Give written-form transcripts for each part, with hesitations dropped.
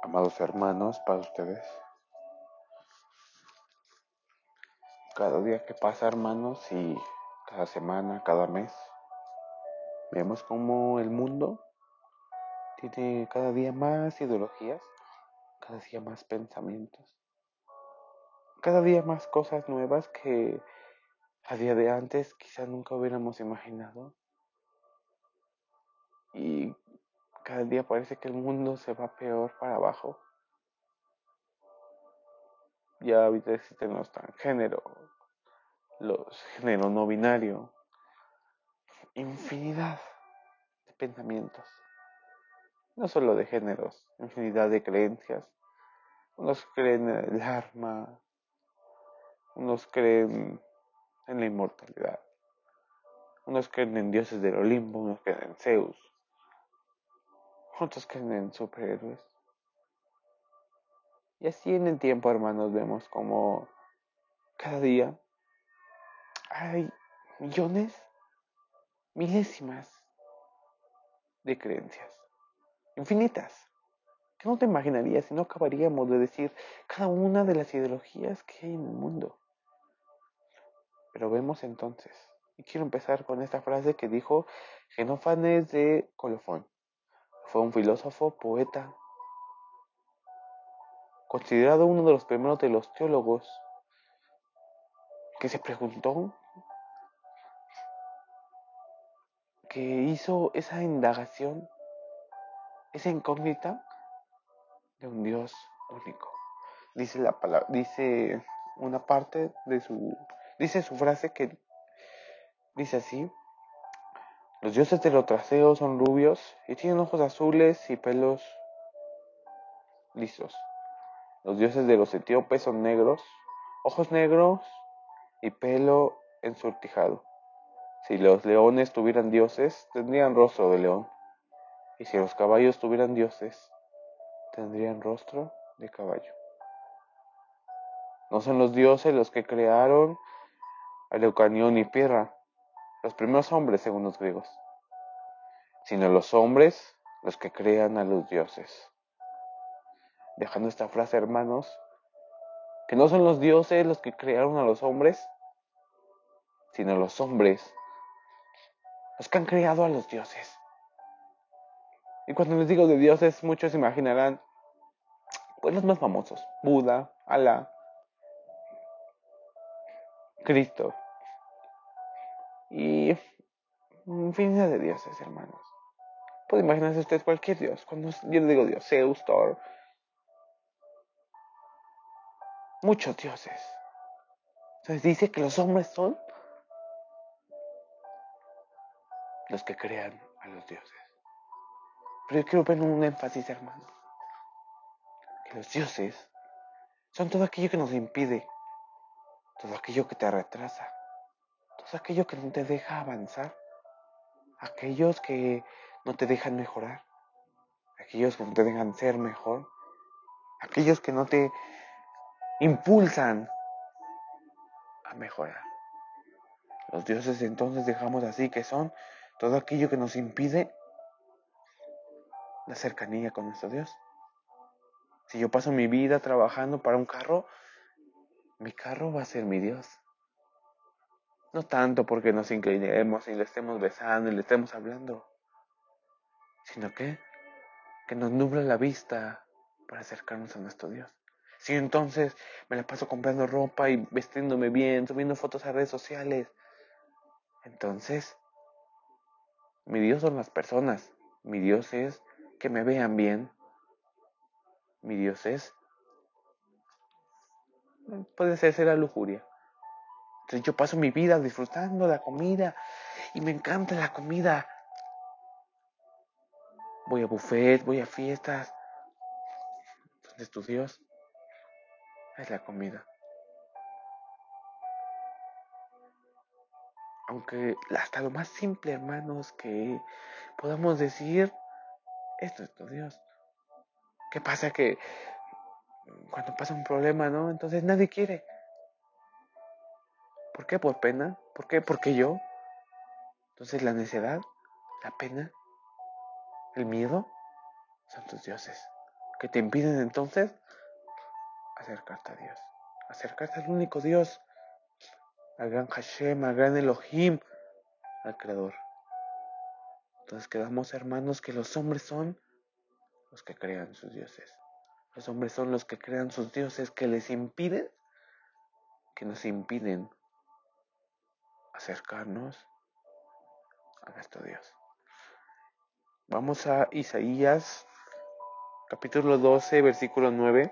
Amados hermanos, para ustedes, cada día que pasa, hermanos, y cada semana, cada mes, vemos como el mundo tiene cada día más ideologías, cada día más pensamientos, cada día más cosas nuevas que a día de antes quizás nunca hubiéramos imaginado. Y cada día parece que el mundo se va peor para abajo. Ya ahorita existen los transgénero, los género no binario, infinidad de pensamientos. No solo de géneros, infinidad de creencias. Unos creen en el arma, unos creen en la inmortalidad, unos creen en dioses del Olimpo, unos creen en Zeus, otros creen en superhéroes. Y así en el tiempo, hermanos, vemos como cada día hay millones, milésimas de creencias, infinitas, que no te imaginarías si no acabaríamos de decir cada una de las ideologías que hay en el mundo. Pero vemos entonces, y quiero empezar con esta frase que dijo Genófanes de Colofón. Fue un filósofo, poeta, considerado uno de los primeros de los teólogos, que se preguntó, que hizo esa indagación, esa incógnita de un Dios único. Dice la palabra, dice una parte de dice su frase que dice así: los dioses de los traseos son rubios y tienen ojos azules y pelos lisos. Los dioses de los etíopes son negros, ojos negros y pelo ensortijado. Si los leones tuvieran dioses, tendrían rostro de león. Y si los caballos tuvieran dioses, tendrían rostro de caballo. No son los dioses los que crearon a Leucanión y Pirra, los primeros hombres según los griegos, sino los hombres los que crean a los dioses. Dejando esta frase, hermanos, que no son los dioses los que crearon a los hombres, sino los hombres los que han creado a los dioses. Y cuando les digo de dioses, muchos imaginarán pues los más famosos: Buda, Alá, Cristo y infinidad de dioses, hermanos. Puede imaginarse usted cualquier dios. Cuando yo digo dios, Zeus, Thor, muchos dioses. Entonces dice que los hombres son los que crean a los dioses. Pero yo quiero poner un énfasis, hermano, que los dioses son todo aquello que nos impide, todo aquello que te retrasa, todo aquello que no te deja avanzar, aquellos que no te dejan mejorar, aquellos que no te dejan ser mejor, aquellos que no te impulsan a mejorar. Los dioses entonces dejamos así que son todo aquello que nos impide la cercanía con nuestro Dios. Si yo paso mi vida trabajando para un carro, mi carro va a ser mi Dios. No tanto porque nos inclinemos y le estemos besando y le estemos hablando, sino que nos nubla la vista para acercarnos a nuestro Dios. Si entonces me la paso comprando ropa y vestiéndome bien, subiendo fotos a redes sociales, entonces mi Dios son las personas. Mi Dios es que me vean bien. Mi Dios puede ser la lujuria. Entonces yo paso mi vida disfrutando la comida y me encanta la comida. Voy a buffet, voy a fiestas. Entonces tu Dios es la comida. Aunque hasta lo más simple, hermanos, que podamos decir, esto es tu Dios. ¿Qué pasa? Que cuando pasa un problema, ¿no? Entonces nadie quiere. ¿Por qué? Por pena. ¿Por qué? Porque yo. Entonces la necedad, la pena, el miedo son tus dioses. que te impiden entonces acercarte a Dios, acercarte al único Dios, al gran Hashem, al gran Elohim, al Creador. Entonces quedamos, hermanos, que los hombres son los que crean sus dioses. Los hombres son los que crean sus dioses que les impiden, que nos impiden acercarnos a nuestro Dios. Vamos a Isaías, capítulo 12, versículo 9.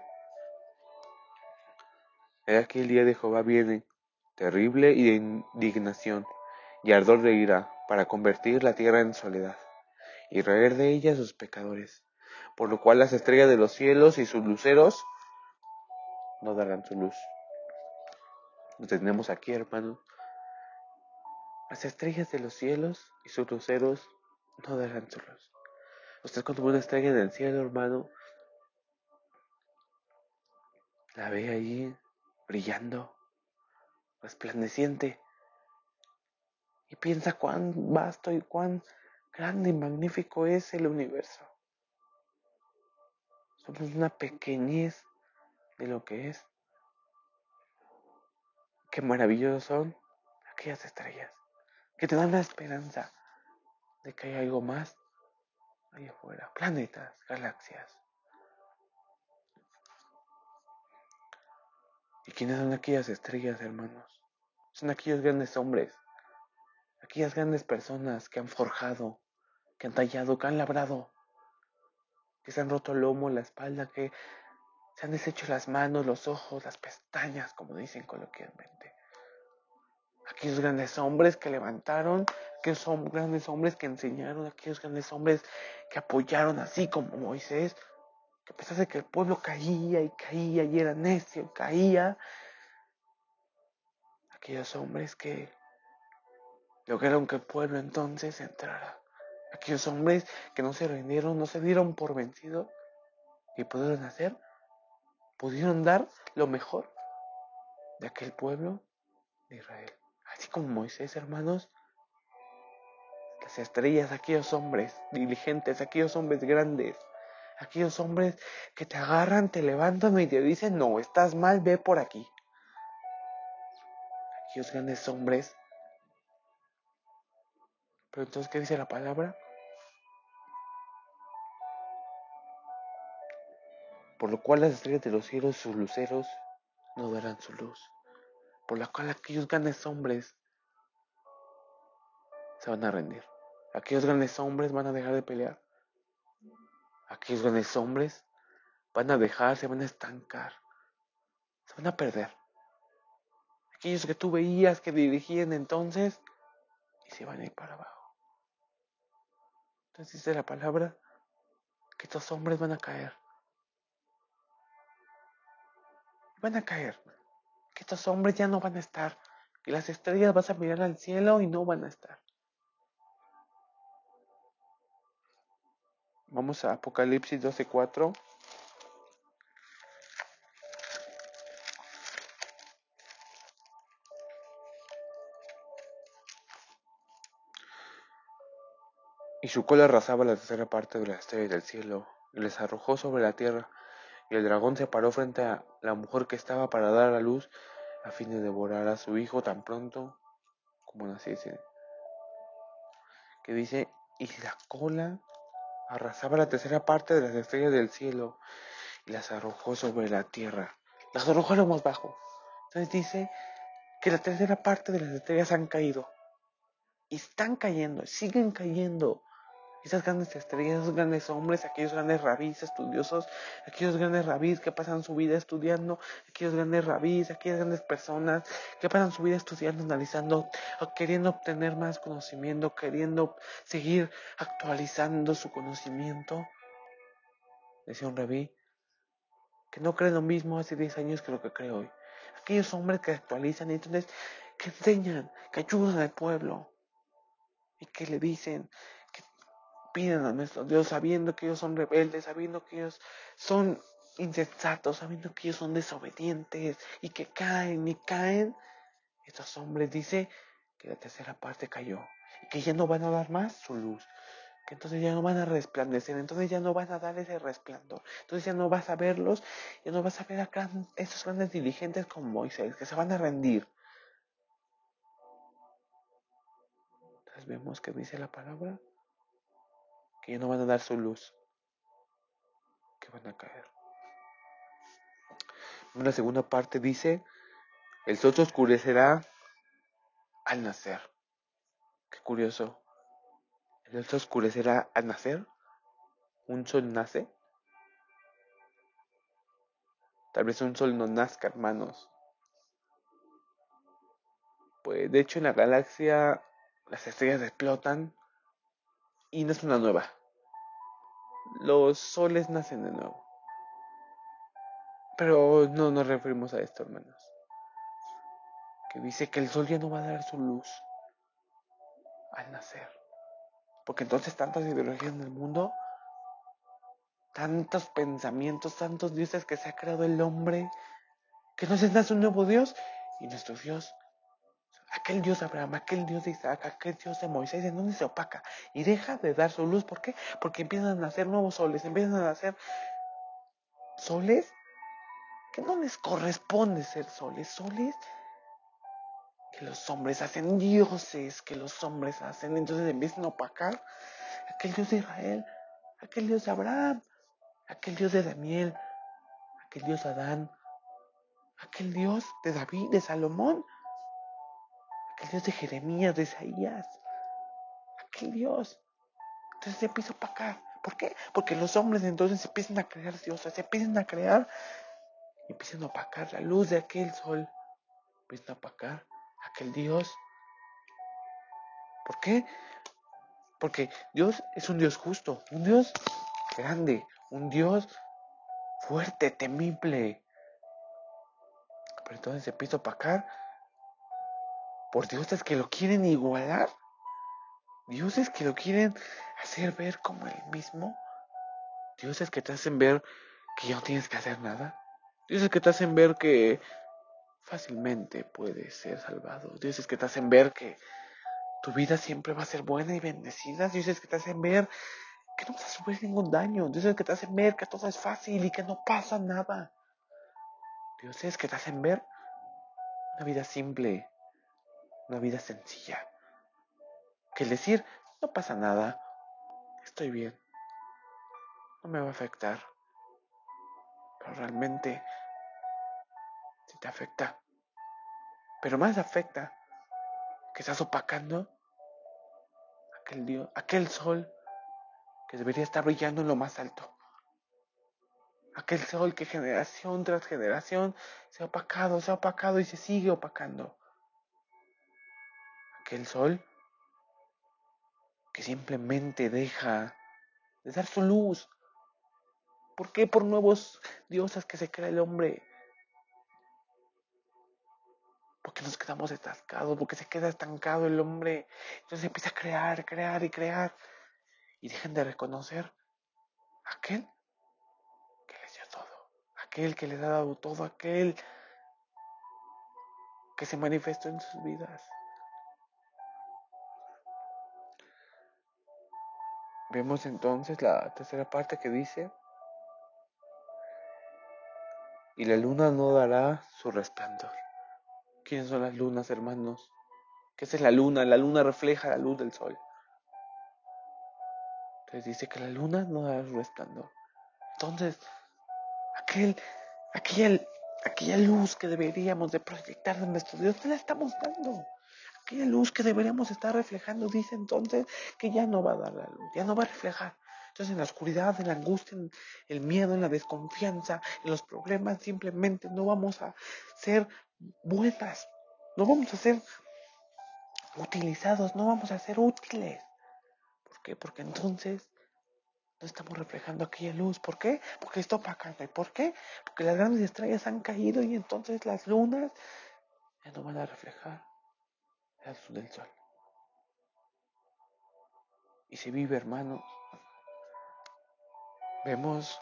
He aquí el día de Jehová viene, terrible y de indignación, y ardor de ira, para convertir la tierra en soledad, y raer de ella a sus pecadores. Por lo cual las estrellas de los cielos y sus luceros no darán su luz. Lo tenemos aquí, hermano. Las estrellas de los cielos y sus luceros no darán su luz. Usted cuando ve una estrella en el cielo, hermano, la ve ahí brillando, resplandeciente, y piensa cuán vasto y cuán grande y magnífico es el universo. Somos una pequeñez de lo que es. Qué maravillosos son aquellas estrellas que te dan la esperanza de que hay algo más allá afuera. Planetas, galaxias. ¿Y quiénes son aquellas estrellas, hermanos? Son aquellos grandes hombres, aquellas grandes personas que han forjado, que han tallado, que han labrado, que se han roto el lomo, la espalda, que se han deshecho las manos, los ojos, las pestañas, como dicen coloquialmente. Aquellos grandes hombres que levantaron, aquellos grandes hombres que enseñaron, aquellos grandes hombres que apoyaron, así como Moisés, que a pesar de que el pueblo caía y era necio, y caía, aquellos hombres que lograron que el pueblo entonces entrara. Aquellos hombres que no se rindieron, no se dieron por vencidos y pudieron dar lo mejor de aquel pueblo de Israel. Así como Moisés, hermanos, las estrellas, aquellos hombres diligentes, aquellos hombres grandes, aquellos hombres que te agarran, te levantan y te dicen, no, estás mal, ve por aquí. Aquellos grandes hombres. Pero entonces, ¿qué dice la palabra? Por lo cual las estrellas de los cielos, sus luceros, no darán su luz. Por lo cual aquellos grandes hombres se van a rendir. Aquellos grandes hombres van a dejar de pelear. Aquellos grandes hombres van a dejar, se van a estancar, se van a perder. Aquellos que tú veías que dirigían entonces y se van a ir para abajo. Entonces dice la palabra que estos hombres van a caer. Van a caer. Que estos hombres ya no van a estar. Que las estrellas vas a mirar al cielo y no van a estar. Vamos a Apocalipsis 12:4. Y su cola arrasaba la tercera parte de las estrellas del cielo y les arrojó sobre la tierra. Y el dragón se paró frente a la mujer que estaba para dar a luz a fin de devorar a su hijo tan pronto como naciese. Que dice, y la cola arrasaba la tercera parte de las estrellas del cielo y las arrojó sobre la tierra. Las arrojó a lo más bajo. Entonces dice que la tercera parte de las estrellas han caído. Y están cayendo, siguen cayendo. Esas grandes estrellas, esos grandes hombres, aquellos grandes rabís estudiosos, aquellos grandes rabís que pasan su vida estudiando, aquellos grandes rabís, aquellas grandes personas que pasan su vida estudiando, analizando, queriendo obtener más conocimiento, queriendo seguir actualizando su conocimiento. Decía un rabí que no cree lo mismo hace 10 años que lo que cree hoy. Aquellos hombres que actualizan y entonces que enseñan, que ayudan al pueblo y que le dicen, que piden a nuestro Dios sabiendo que ellos son rebeldes, sabiendo que ellos son insensatos, sabiendo que ellos son desobedientes y que caen y caen. Estos hombres dice que la tercera parte cayó y que ya no van a dar más su luz. que entonces ya no van a resplandecer, entonces ya no van a dar ese resplandor, entonces ya no vas a verlos, ya no vas a ver a esos grandes dirigentes como Moisés, que se van a rendir. Entonces vemos que dice la palabra, que ya no van a dar su luz, que van a caer. En la segunda parte dice, el sol se oscurecerá al nacer. Qué curioso. El sol se oscurecerá al nacer. Un sol nace. Tal vez un sol no nazca, hermanos. Pues de hecho en la galaxia las estrellas explotan y no es una nueva. Los soles nacen de nuevo. Pero no nos referimos a esto, hermanos. Que dice que el sol ya no va a dar su luz al nacer. Porque entonces tantas ideologías en el mundo, tantos pensamientos, tantos dioses que se ha creado el hombre, que no se nace un nuevo Dios. Y nuestro Dios, aquel Dios de Abraham, aquel Dios de Isaac, aquel Dios de Moisés, ¿en dónde se opaca? Y deja de dar su luz. ¿Por qué? Porque empiezan a nacer nuevos soles, empiezan a nacer soles que no les corresponde ser soles, soles que los hombres hacen, dioses que los hombres hacen, entonces empiezan a opacar aquel Dios de Israel, aquel Dios de Abraham, aquel Dios de Daniel, aquel Dios de Adán, aquel Dios de David, de Salomón, aquel Dios de Jeremías, de Isaías, aquel Dios. Entonces se empieza a opacar. ¿Por qué? Porque los hombres entonces empiezan a crear dioses, se empiezan a crear y empiezan a opacar la luz de aquel sol, empiezan a opacar aquel Dios. ¿Por qué? Porque Dios es un Dios justo, un Dios grande, un Dios fuerte, temible. Pero entonces se empieza a opacar por dioses que lo quieren igualar, dioses que lo quieren hacer ver como él mismo, dioses que te hacen ver que ya no tienes que hacer nada, dioses que te hacen ver que fácilmente puedes ser salvado, dioses que te hacen ver que tu vida siempre va a ser buena y bendecida, dioses que te hacen ver que no vas a sufrir ningún daño, dioses que te hacen ver que todo es fácil y que no pasa nada, dioses que te hacen ver una vida simple, una vida sencilla, que el decir no pasa nada, estoy bien, no me va a afectar, pero realmente sí te afecta, pero más afecta que estás opacando aquel Dios, aquel sol que debería estar brillando en lo más alto, aquel sol que generación tras generación se ha opacado y se sigue opacando, aquel sol que simplemente deja de dar su luz. ¿Por qué? Por nuevos dioses que se crea el hombre. Porque nos quedamos atascados, porque se queda estancado el hombre. Entonces empieza a crear y crear. Y dejan de reconocer a aquel que les dio todo. Aquel que les ha dado todo. Aquel que se manifestó en sus vidas. Vemos entonces la tercera parte que dice: y la luna no dará su resplandor. ¿Quiénes son las lunas, hermanos? ¿Qué es la luna? La luna refleja la luz del sol. Entonces dice que la luna no dará su resplandor. Entonces, aquella luz que deberíamos de proyectar de nuestro Dios, no la estamos dando. Aquella luz que deberíamos estar reflejando, dice entonces que ya no va a dar la luz, ya no va a reflejar. Entonces en la oscuridad, en la angustia, en el miedo, en la desconfianza, en los problemas, simplemente no vamos a ser vueltas, no vamos a ser utilizados, no vamos a ser útiles. ¿Por qué? Porque entonces no estamos reflejando aquella luz. ¿Por qué? Porque está opacando. ¿Y por qué? Porque las grandes estrellas han caído y entonces las lunas ya no van a reflejar la luz del sol. Y se vive, hermanos, vemos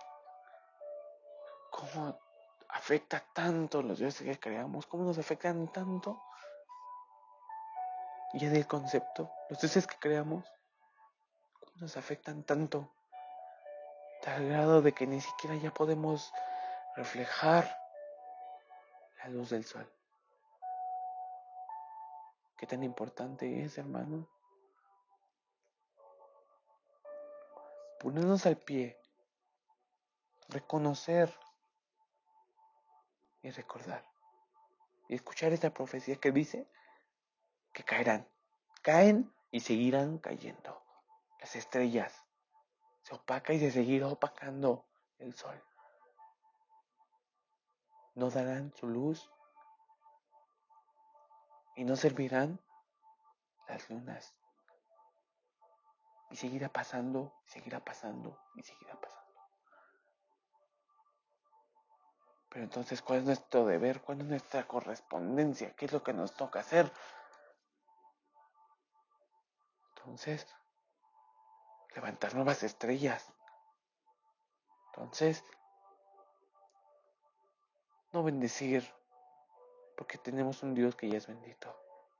cómo afecta tanto los dioses que creamos, cómo nos afectan tanto ya del concepto, los dioses que creamos, nos afectan tanto, tal grado de que ni siquiera ya podemos reflejar la luz del sol. ¿Qué tan importante es, hermano? Ponernos al pie, reconocer y recordar. Y escuchar esta profecía que dice que caerán, caen y seguirán cayendo. Las estrellas se opaca y se seguirá opacando el sol. No darán su luz y no servirán las lunas. Y seguirá pasando, seguirá pasando y seguirá pasando. Pero entonces, ¿cuál es nuestro deber? ¿Cuál es nuestra correspondencia? ¿Qué es lo que nos toca hacer? Entonces, levantar nuevas estrellas. Entonces, no bendecir, porque tenemos un Dios que ya es bendito.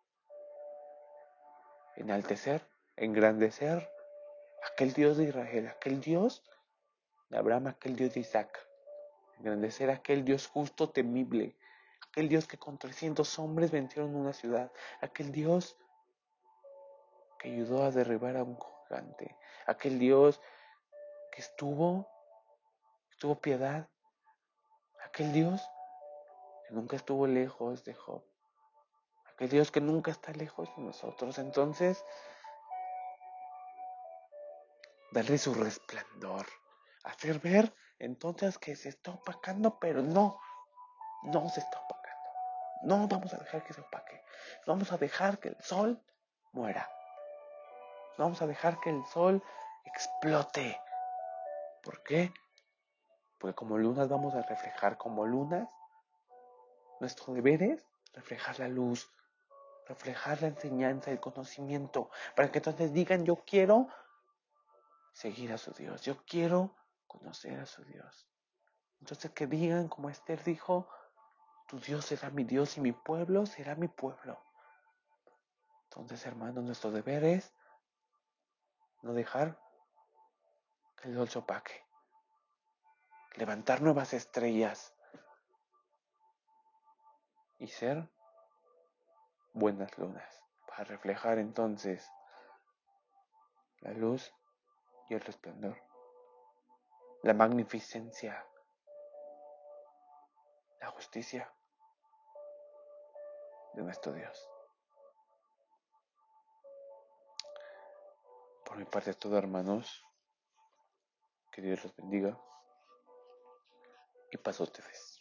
Enaltecer, engrandecer aquel Dios de Israel, aquel Dios de Abraham, aquel Dios de Isaac. Engrandecer aquel Dios justo, temible, aquel Dios que con 300 hombres vencieron una ciudad, aquel Dios que ayudó a derribar a un gigante, aquel Dios que tuvo piedad, aquel Dios que nunca estuvo lejos de Job, aquel Dios que nunca está lejos de nosotros. Entonces, darle su resplandor, hacer ver entonces que se está opacando, pero no se está opacando. No vamos a dejar que se opaque. No vamos a dejar que el sol muera. No vamos a dejar que el sol explote. ¿Por qué? Porque como lunas vamos a reflejar como lunas. Nuestro deber es reflejar la luz, reflejar la enseñanza, el conocimiento, para que entonces digan, yo quiero seguir a su Dios, yo quiero conocer a su Dios. Entonces que digan, como Esther dijo, tu Dios será mi Dios y mi pueblo será mi pueblo. Entonces, hermanos, nuestro deber es no dejar que el sol se opaque, levantar nuevas estrellas y ser buenas lunas, para reflejar entonces la luz y el resplandor, la magnificencia, la justicia de nuestro Dios. Por mi parte es todo, hermanos. Que Dios los bendiga y paz a ustedes.